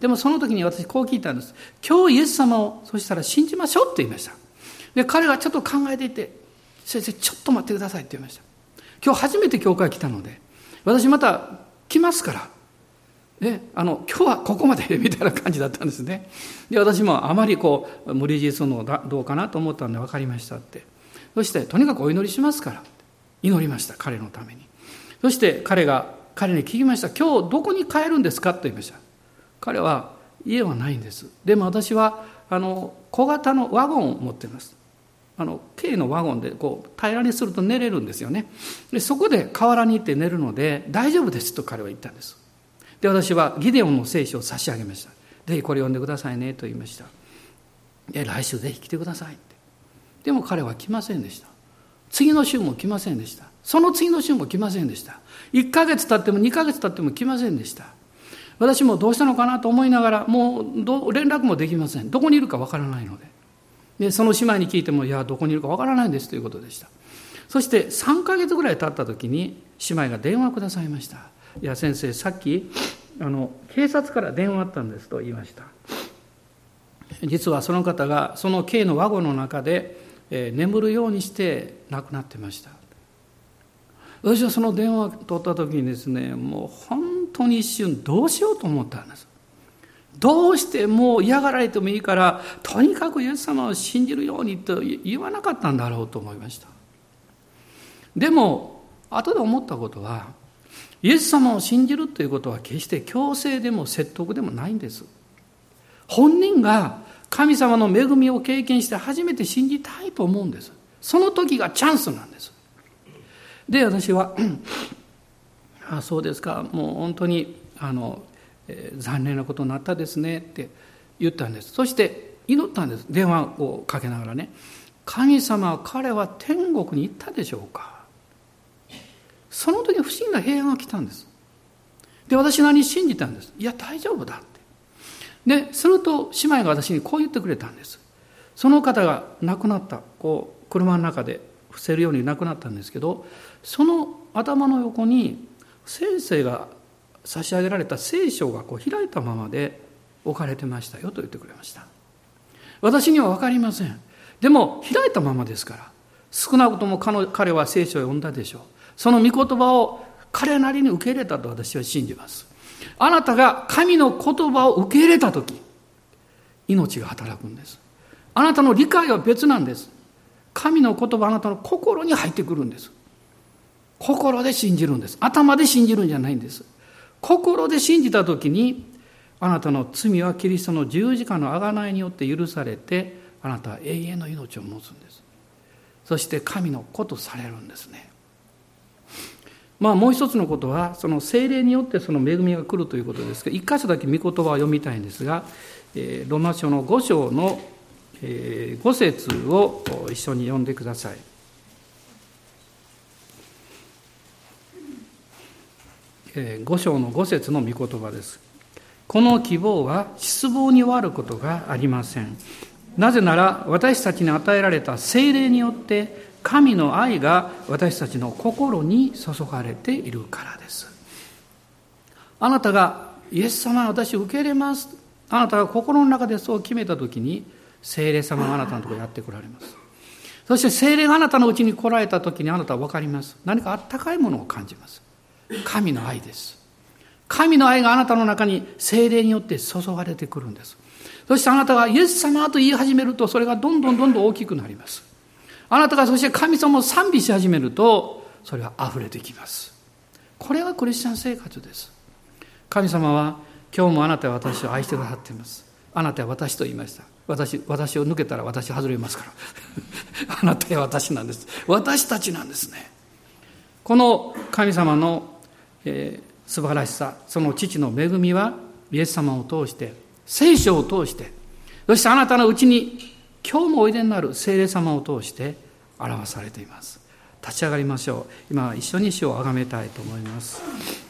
[SPEAKER 1] でもその時に私こう聞いたんです。今日イエス様をそしたら信じましょうって言いました。で彼がちょっと考えていて、先生ちょっと待ってくださいって言いました。今日初めて教会来たので私また来ますから、ね、あの今日はここまでみたいな感じだったんですね。で私もあまりこう無理強いするのどうかなと思ったんで分かりましたって。そしてとにかくお祈りしますから祈りました、彼のために。そして彼が彼に聞きました。今日どこに帰るんですかと言いました。彼は家はないんです。でも私はあの小型のワゴンを持っています。あの軽のワゴンでこう平らにすると寝れるんですよね。でそこで河原に行って寝るので大丈夫ですと彼は言ったんです。で私はギデオンの聖書を差し上げました。ぜひこれ読んでくださいねと言いました。で来週ぜひ来てくださいって。でも彼は来ませんでした。次の週も来ませんでした。その次の週も来ませんでした。いっかげつ経ってもにかげつ経っても来ませんでした。私もどうしたのかなと思いながらもうど連絡もできません。どこにいるかわからないので。でその姉妹に聞いてもいやどこにいるかわからないんですということでした。そしてさんかげつぐらい経った時に姉妹が電話をくださいました。いや先生さっきあの警察から電話あったんですと言いました。実はその方がその軽のワゴンの中で、えー、眠るようにして亡くなってました。私はその電話を取った時にですね、もう本当に一瞬どうしようと思ったんです。どうしてもう嫌がられてもいいからとにかくイエス様を信じるようにと言わなかったんだろうと思いました。でも後で思ったことは、イエス様を信じるということは決して強制でも説得でもないんです。本人が神様の恵みを経験して初めて信じたいと思うんです。その時がチャンスなんです。で私はあそうですか、もう本当にあの、えー、残念なことになったですねって言ったんです。そして祈ったんです。電話をかけながらね、神様は彼は天国に行ったでしょうか。その時不思議な平安が来たんです。で私何信じたんです。いや大丈夫だって。ですると姉妹が私にこう言ってくれたんです。その方が亡くなった、こう車の中で伏せるように亡くなったんですけど、その頭の横に先生が差し上げられた聖書がこう開いたままで置かれてましたよと言ってくれました。私には分かりません。でも開いたままですから、少なくとも彼は聖書を読んだでしょう。その御言葉を彼なりに受け入れたと私は信じます。あなたが神の言葉を受け入れたとき、命が働くんです。あなたの理解は別なんです。神の言葉はあなたの心に入ってくるんです。心で信じるんです。頭で信じるんじゃないんです。心で信じたときに、あなたの罪はキリストの十字架の贖いによって許されて、あなたは永遠の命を持つんです。そして神の子とされるんですね。まあもう一つのことは、その聖霊によってその恵みが来るということですが、一箇所だけ御言葉を読みたいんですが、えー、ローマ書のご章のご節を一緒に読んでください。ご章のご節の御言葉です。この希望は失望に終わることがありません。なぜなら私たちに与えられた聖霊によって神の愛が私たちの心に注がれているからです。あなたがイエス様は私を受け入れます。あなたが心の中でそう決めたときに、聖霊様があなたのところにやって来られます。そして聖霊があなたのうちに来られたときにあなたは分かります。何かあったかいものを感じます。神の愛です。神の愛があなたの中に聖霊によって注がれてくるんです。そしてあなたがイエス様と言い始めると、それがどんどんどんどん大きくなります。あなたがそして神様を賛美し始めると、それは溢れてきます。これがクリスチャン生活です。神様は今日もあなたは私を愛してくださっています。あなたは私と言いました。私、私を抜けたら私外れますから。あなたは私なんです。私たちなんですね。この神様の、えー、素晴らしさ、その父の恵みはイエス様を通して、聖書を通して、そしてあなたのうちに今日もおいでになる聖霊様を通して表されています。立ち上がりましょう。今一緒に主をあがめたいと思います。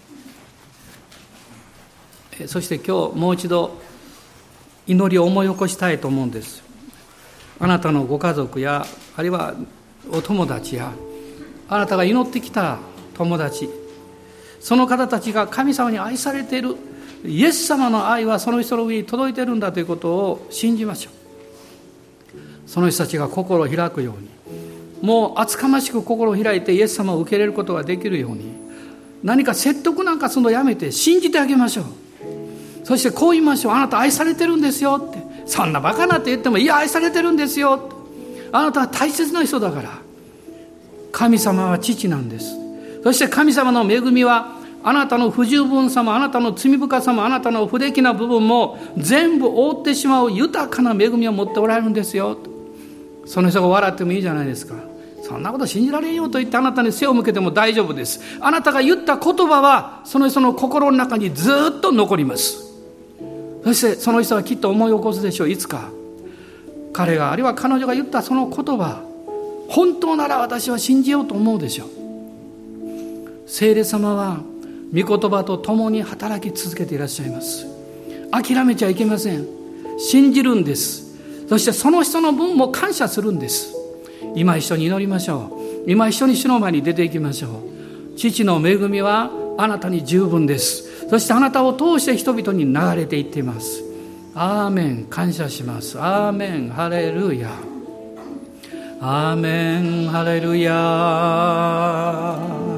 [SPEAKER 1] そして今日もう一度祈りを思い起こしたいと思うんです。あなたのご家族やあるいはお友達やあなたが祈ってきた友達、その方たちが神様に愛されている、 イエス様の愛はその人の上に届いているんだということを信じましょう。その人たちが心を開くように、もう厚かましく心を開いてイエス様を受け入れることができるように、何か説得なんかするのをやめて信じてあげましょう。そしてこう言いましょう。あなた愛されてるんですよって。そんなバカなって言っても、いや愛されてるんですよって。あなたは大切な人だから。神様は父なんです。そして神様の恵みはあなたの不十分さも、あなたの罪深さも、あなたの不出来な部分も全部覆ってしまう豊かな恵みを持っておられるんですよ。その人が笑ってもいいじゃないですか。そんなこと信じられんよと言ってあなたに背を向けても大丈夫です。あなたが言った言葉はその人の心の中にずっと残ります。そしてその人はきっと思い起こすでしょう。いつか彼があるいは彼女が言ったその言葉、本当なら私は信じようと思うでしょう。聖霊様は御言葉と共に働き続けていらっしゃいます。諦めちゃいけません。信じるんです。そしてその人の分も感謝するんです。今一緒に祈りましょう。今一緒に主の前に出ていきましょう。父の恵みはあなたに十分です。そしてあなたを通して人々に流れていっています。アーメン。感謝します。アーメン。ハレルヤ。アーメン。ハレルヤ。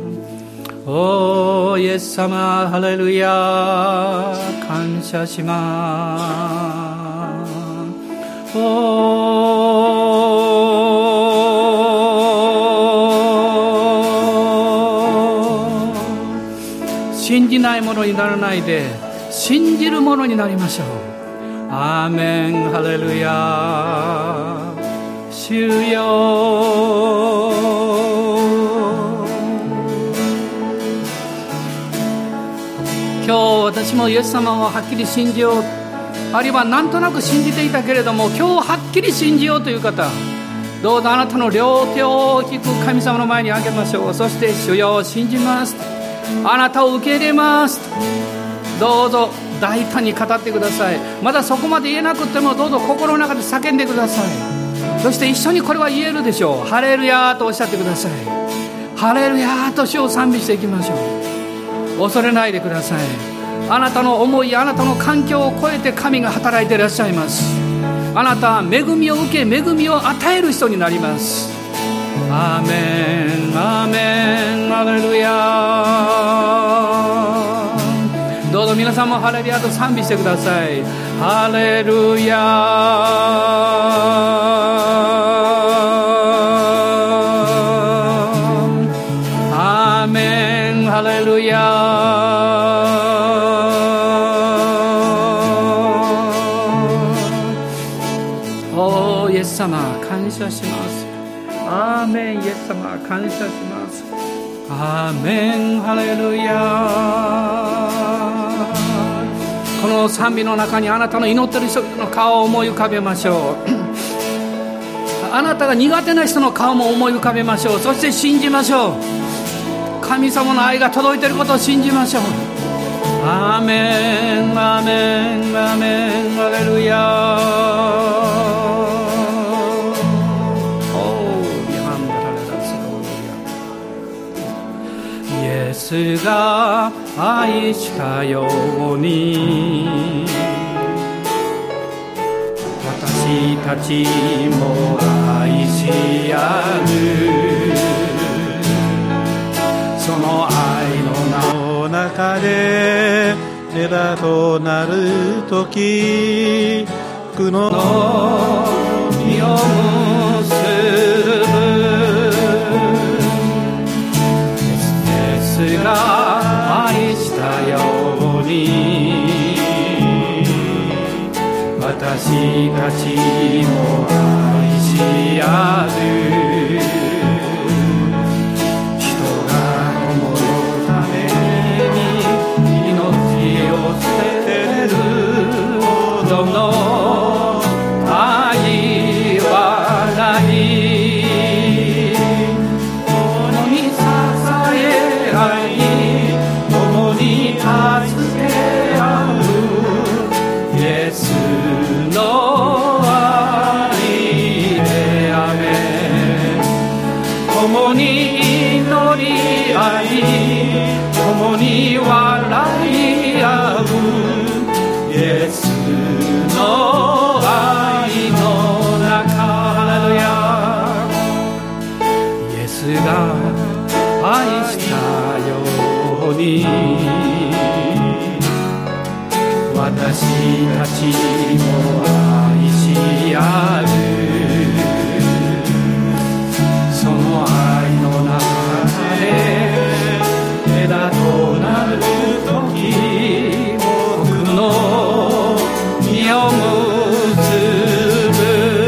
[SPEAKER 1] おーイエス様、ハレルヤ。感謝します。おー、信じないものにならないで信じるものになりましょう。アーメン。ハレルヤ。主よ、今日私もイエス様をはっきり信じよう、あるいはなんとなく信じていたけれども今日はっきり信じようという方、どうぞあなたの両手を大きく神様の前に上げましょう。そして主よ、信じます、あなたを受け入れます、どうぞ大胆に語ってください。まだそこまで言えなくてもどうぞ心の中で叫んでください。そして一緒にこれは言えるでしょう。ハレルヤとおっしゃってください。ハレルヤと主を賛美していきましょう。恐れないでください。あなたの思い、あなたの環境を超えて神が働いていらっしゃいます。あなたは恵みを受け、恵みを与える人になります。アーメン、アーメン、ハレルヤ。どうぞ皆さんもハレルヤと賛美してください。ハレルヤ。アーメン、ハレルヤ。おーイエス様、感謝します。アーメン。イエス様、感謝します。アーメン、ハレルヤ。この賛美の中にあなたの祈っている人の顔を思い浮かべましょう。あなたが苦手な人の顔も思い浮かべましょう。そして信じましょう。神様の愛が届いていることを信じましょう。アーメン、アーメン、アーメン、ハレルヤ。イエスが愛したように私たちも愛し合う、その愛の中で枝となるとき苦の実を結ぶ、が愛したように私たちも愛し合う、人が友のために命を捨てるほどの愛はない。イエスの愛でアメン。 たちも愛し合う、その愛の中で枝となる時、僕の実を結ぶ。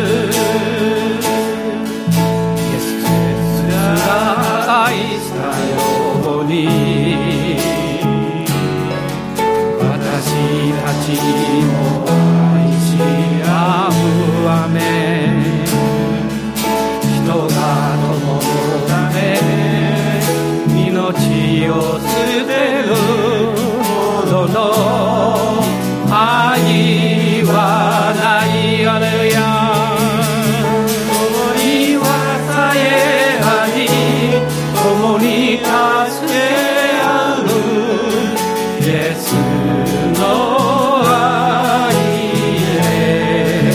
[SPEAKER 1] イエスが愛したように、私たちも愛し合う。アメン。人が友のため命を捨てるほどの愛はない。アレルヤ。共に支え合い、共に助け合うイエスの愛で、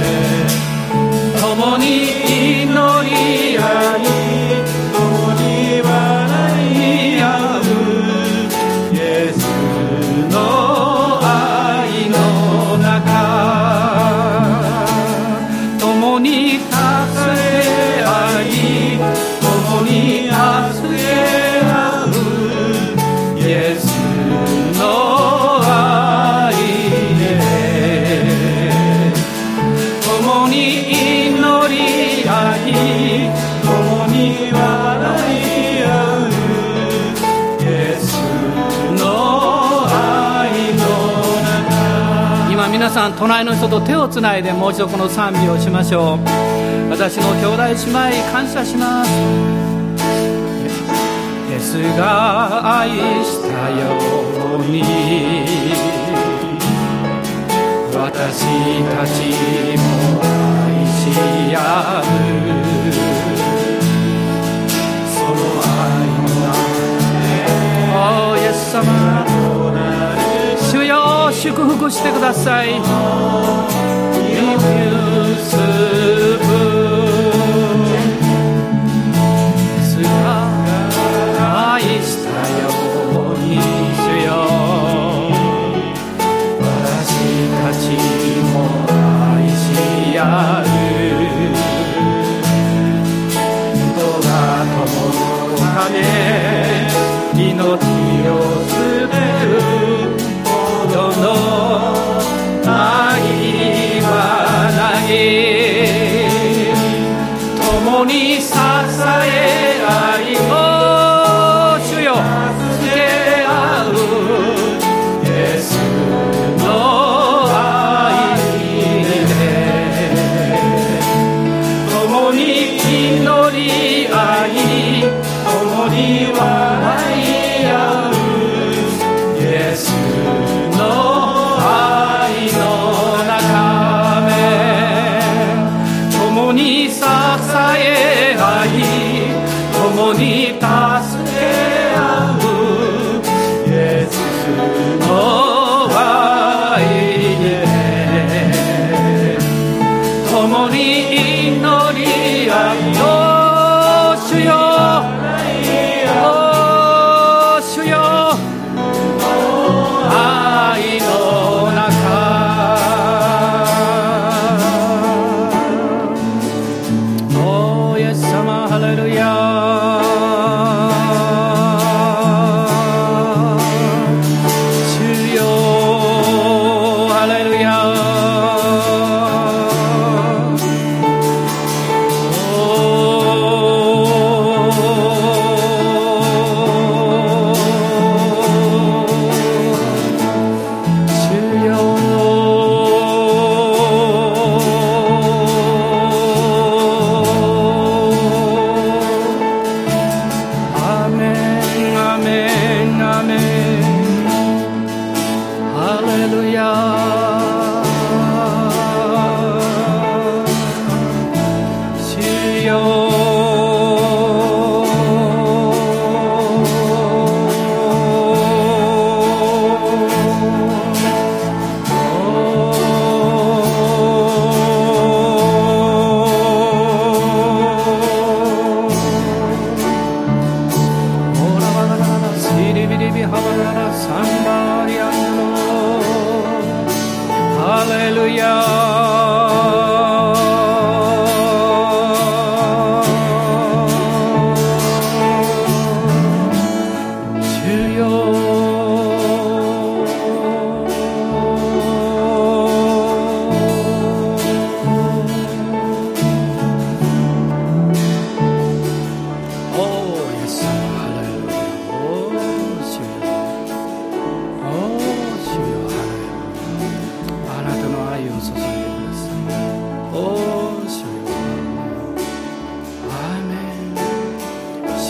[SPEAKER 1] 共に祈り合い、共に笑い合うイエスの愛の中、共に助け合い、共に助け合うイエスの愛で、共に祈り合い、共に笑い合うイエスの愛の中。今皆さん隣の人と手をつないでもう一度この賛美をしましょう。私の兄弟姉妹感謝します。イエスが愛したように、私たちも愛し合う、その愛の中で、おイエス様、主よ祝福してください。結ぶ愛したように、主よ私たちも愛し合う、人が友のため命を捨てるほどの愛はない。共に支え合い、お主よ助け合うイエスの愛で、共に祈り合い、共に笑い合うイエスの愛の中で、共に支え合い、共に助け合うイエスの愛で、共に祈り合い、お主よお主よ愛の中、おイエス様ハレルヤ。お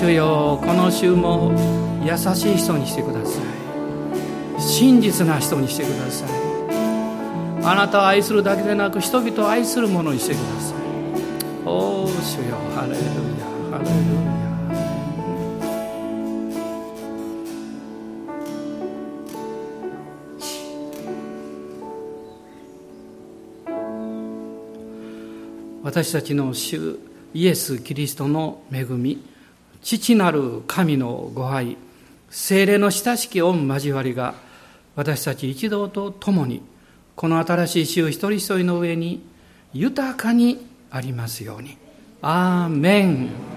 [SPEAKER 1] 主よ、この週も優しい人にしてください。真実な人にしてください。あなたを愛するだけでなく、人々を愛するものにしてください。おー主よ、ハレルヤ、ハレルヤ。私たちの主イエス・キリストの恵み、父なる神のご愛、聖霊の親しき御交わりが、私たち一同と共に、この新しい週一人一人の上に豊かにありますように。アーメン。